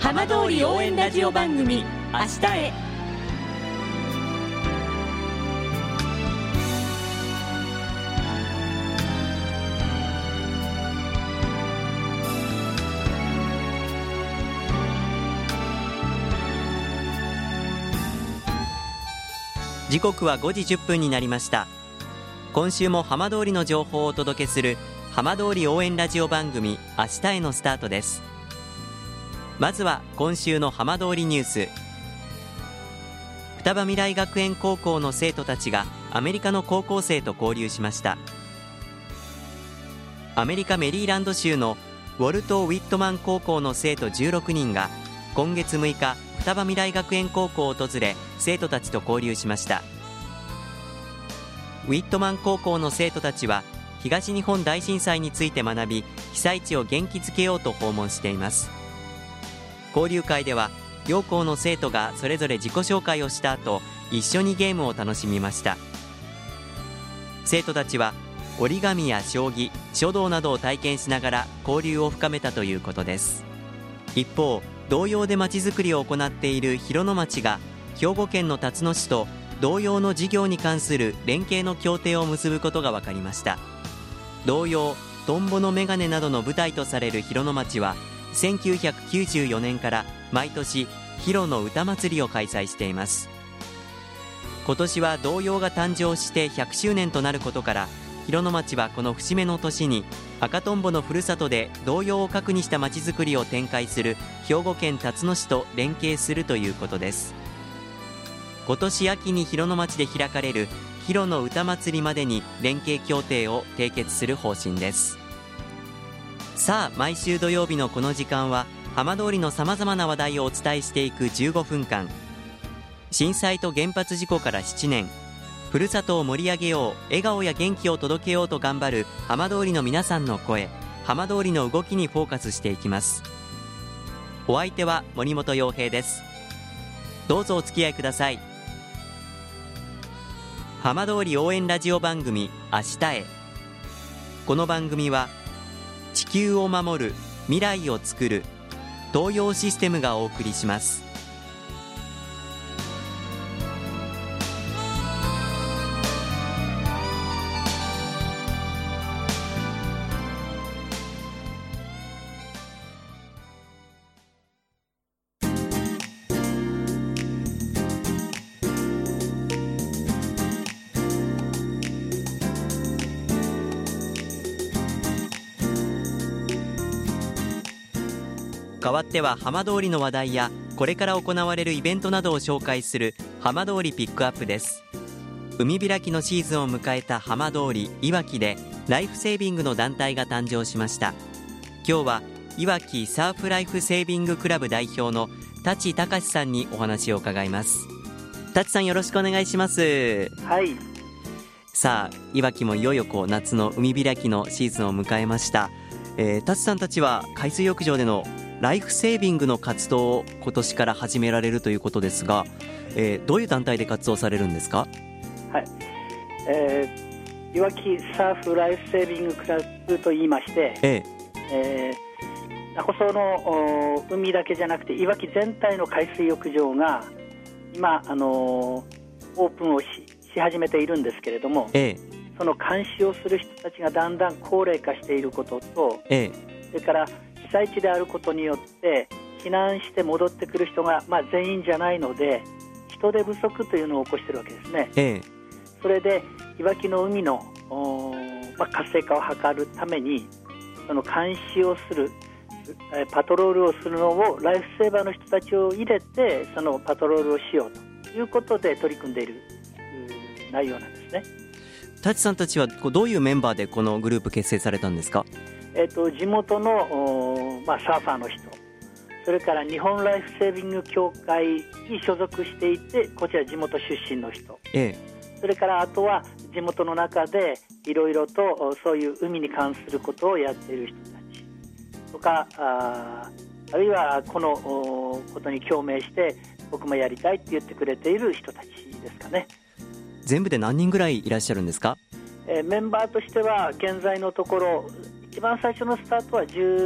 浜通り応援ラジオ番組明日へ。 時刻は5時10分になりました。今週も浜通りの情報をお届けする浜通り応援ラジオ番組明日へのスタートです。まずは今週の浜通りニュース。双葉未来学園高校の生徒たちがアメリカの高校生と交流しました。アメリカメリーランド州のウォルト・ウィットマン高校の生徒16人が今月6日双葉未来学園高校を訪れ、生徒たちと交流しました。ウィットマン高校の生徒たちは東日本大震災について学び、被災地を元気づけようと訪問しています。交流会では両校の生徒がそれぞれ自己紹介をした後、一緒にゲームを楽しみました。生徒たちは折り紙や将棋、書道などを体験しながら交流を深めたということです。一方、童謡でまちづくりを行っている広野町が兵庫県の辰野市と童謡の事業に関する連携の協定を結ぶことが分かりました。童謡トンボのメガネなどの舞台とされる広野町は1994年から毎年広野歌祭りを開催しています。今年は童謡が誕生して100周年となることから、広野町はこの節目の年に赤とんぼのふるさとで童謡を核にしたまちづくりを展開する兵庫県辰野市と連携するということです。今年秋に広野町で開かれる広野歌祭りまでに連携協定を締結する方針です。さあ、毎週土曜日のこの時間は浜通りのさまざまな話題をお伝えしていく15分間。震災と原発事故から7年、ふるさとを盛り上げよう、笑顔や元気を届けようと頑張る浜通りの皆さんの声、浜通りの動きにフォーカスしていきます。お相手は森本洋平です。どうぞお付き合いください。浜通り応援ラジオ番組明日へ。この番組は地球を守る、未来をつくる東洋システムがお送りします。代わっては浜通りの話題やこれから行われるイベントなどを紹介する浜通りピックアップです。海開きのシーズンを迎えた浜通りいわきでライフセービングの団体が誕生しました。今日はいわきサーフライフセービングクラブ代表の舘隆さんにお話を伺います。舘さん、よろしくお願いします。 はい。 さあ、いわきもいよいよ夏の海開きのシーズンを迎えました。舘さんたちは海水浴場でのライフセービングの活動を今年から始められるということですが、どういう団体で活動されるんですか？ はい、いわきサーフライフセービングクラブといいまして、名護村の海だけじゃなくていわき全体の海水浴場が今オープンを し始めているんですけれども、その監視をする人たちがだんだん高齢化していることと、それから被災地であることによって避難して戻ってくる人が、全員じゃないので人手不足というのを起こしているわけですね。それでいわきの海の、活性化を図るためにその監視をするパトロールをするのをライフセーバーの人たちを入れてそのパトロールをしようということで取り組んでいる内容なんですね。 舘さんたちはどういうメンバーでこのグループ結成されたんですか？ 地元の、サーファーの人、それから日本ライフセービング協会に所属していてこちら地元出身の人、それからあとは地元の中でいろいろとそういう海に関することをやっている人たちとか、あるいはこのことに共鳴して僕もやりたいって言ってくれている人たちですかね。 全部で何人ぐらいいらっしゃるんですか？ メンバーとしては現在のところ一番最初のスタートは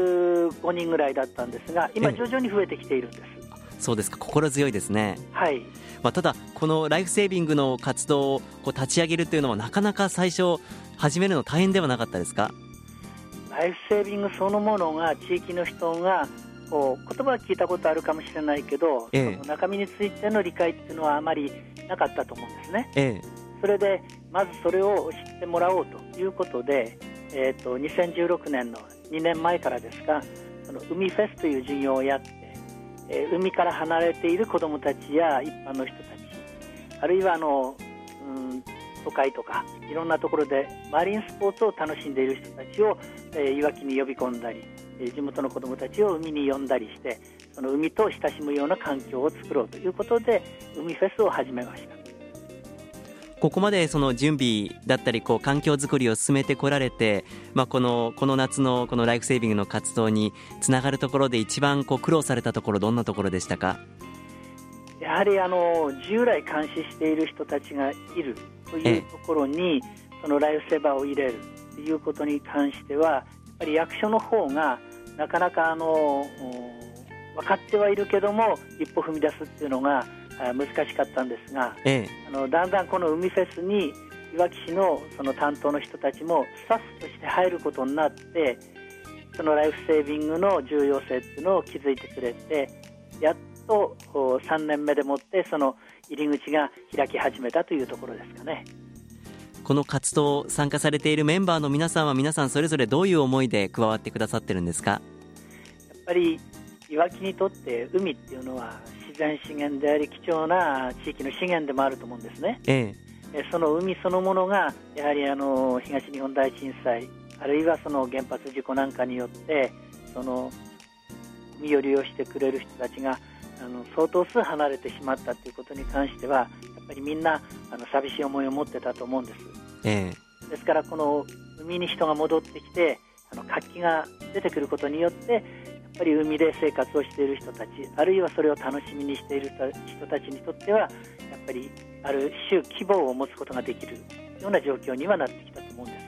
15人ぐらいだったんですが、今徐々に増えてきているんです。 そうですか、心強いですね。 はい。 ただこのライフセービングの活動を立ち上げるというのはなかなか最初始めるの大変ではなかったですか？ ライフセービングそのものが、地域の人が言葉は聞いたことあるかもしれないけど、その中身についての理解っていうのはあまりなかったと思うんですね。それでまずそれを知ってもらおうということで、2016年の2年前からですが、その海フェスという授業をやって、海から離れている子どもたちや一般の人たち、あるいは都会とかいろんなところでマリンスポーツを楽しんでいる人たちを、いわきに呼び込んだり、地元の子どもたちを海に呼んだりして、その海と親しむような環境を作ろうということで海フェスを始めました。 ここまでその準備だったり環境づくりを進めてこられて、この夏のこのライフセービングの活動につながるところで一番苦労されたところ、どんなところでしたか？ やはり従来監視している人たちがいるというところに、そのライフセーバーを入れるということに関しては、やっぱり役所の方がなかなか分かってはいるけども一歩踏み出すっていうのが難しかったんですが、だんだんこの海フェスにいわき市のその担当の人たちもスタッフとして入ることになって、そのライフセービングの重要性っていうのを気づいてくれて、やっと3年目でもってその入り口が開き始めたというところですかね。 この活動参加されているメンバーの皆さんは皆さんそれぞれどういう思いで加わってくださってるんですか？ やっぱりいわきにとって海っていうのは自然資源であり貴重な地域の資源でもあると思うんですね。その海そのものがやはり東日本大震災、あるいはその原発事故なんかによってその海を利用してくれる人たちが相当数離れてしまったということに関しては、やっぱりみんな寂しい思いを持ってたと思うんです。ですからこの海に人が戻ってきて活気が出てくることによって、やっぱり海で生活をしている人たち、あるいはそれを楽しみにしている人たちにとっては、やっぱりある種希望を持つことができるような状況にはなってきたと思うんです。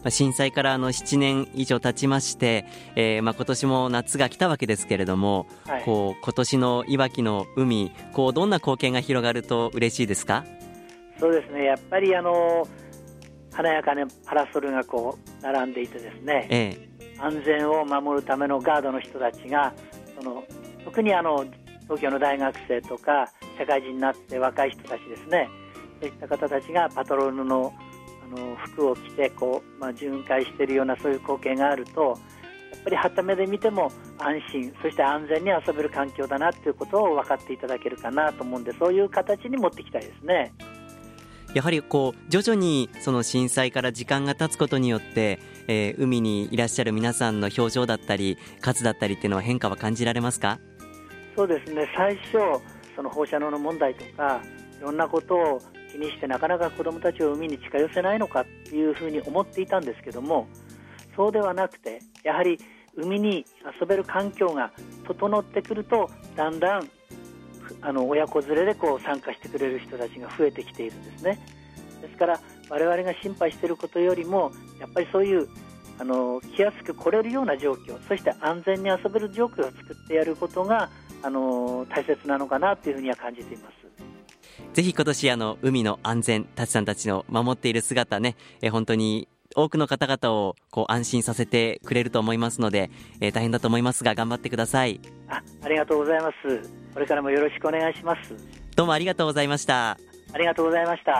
震災から7年以上経ちまして、今年も夏が来たわけですけれども、今年のいわきの海、どんな光景が広がると嬉しいですか？ そうですね、やっぱり華やかなパラソルが並んでいてですね、安全を守るためのガードの人たちが特に東京の大学生とか社会人になって若い人たちですね、そういった方たちがパトロールの服を着て巡回しているようなそういう光景があると、やっぱり傍目で見ても安心、そして安全に遊べる環境だなということを分かっていただけるかなと思うんで、そういう形に持っていきたいですね。 やはり徐々にその震災から時間が経つことによって、海にいらっしゃる皆さんの表情だったり数だったりっていうのは変化は感じられますか？ そうですね、最初その放射能の問題とかいろんなことを気にしてなかなか子どもたちを海に近寄せないのかっていうふうに思っていたんですけども、そうではなくて、やはり海に遊べる環境が整ってくると、だんだん親子連れで参加してくれる人たちが増えてきているんですね。ですから我々が心配していることよりも、やっぱりそういう来やすく来れるような状況、そして安全に遊べる状況を作ってやることが大切なのかなというふうには感じています。 ぜひ今年海の安全、舘さんたちの守っている姿ね、本当に多くの方々を安心させてくれると思いますので、大変だと思いますが頑張ってください。 ありがとうございます。これからもよろしくお願いします。 どうもありがとうございました。 ありがとうございました。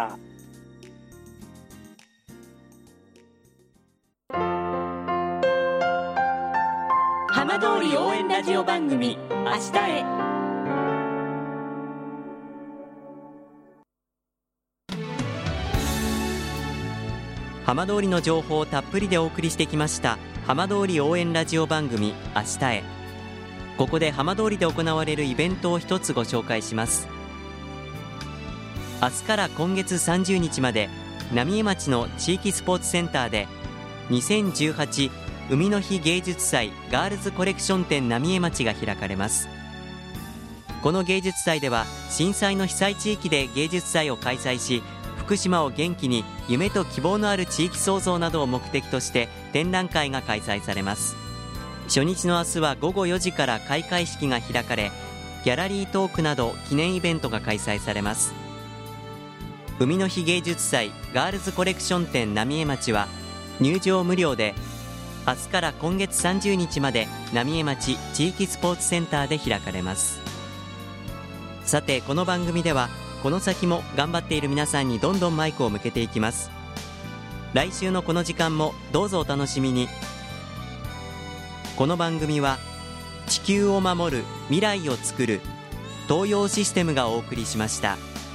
浜通り応援ラジオ番組明日へ。 浜通りの情報をたっぷりでお送りしてきました浜通り応援ラジオ番組明日へ。ここで浜通りで行われるイベントを一つご紹介します。明日から今月30日まで浪江町の地域スポーツセンターで2018海の日芸術祭ガールズコレクション展浪江町が開かれます。この芸術祭では震災の被災地域で芸術祭を開催し、 福島を元気に夢と希望のある地域創造などを目的として展覧会が開催されます。初日の明日は午後4時から開会式が開かれ、ギャラリートークなど記念イベントが開催されます。海の日芸術祭ガールズコレクション展浪江町は入場無料で、明日から今月30日まで浪江町地域スポーツセンターで開かれます。さて、この番組ではこの先も頑張っている皆さんにどんどんマイクを向けていきます。来週のこの時間もどうぞお楽しみに。この番組は地球を守る未来をつくる東洋システムがお送りしました。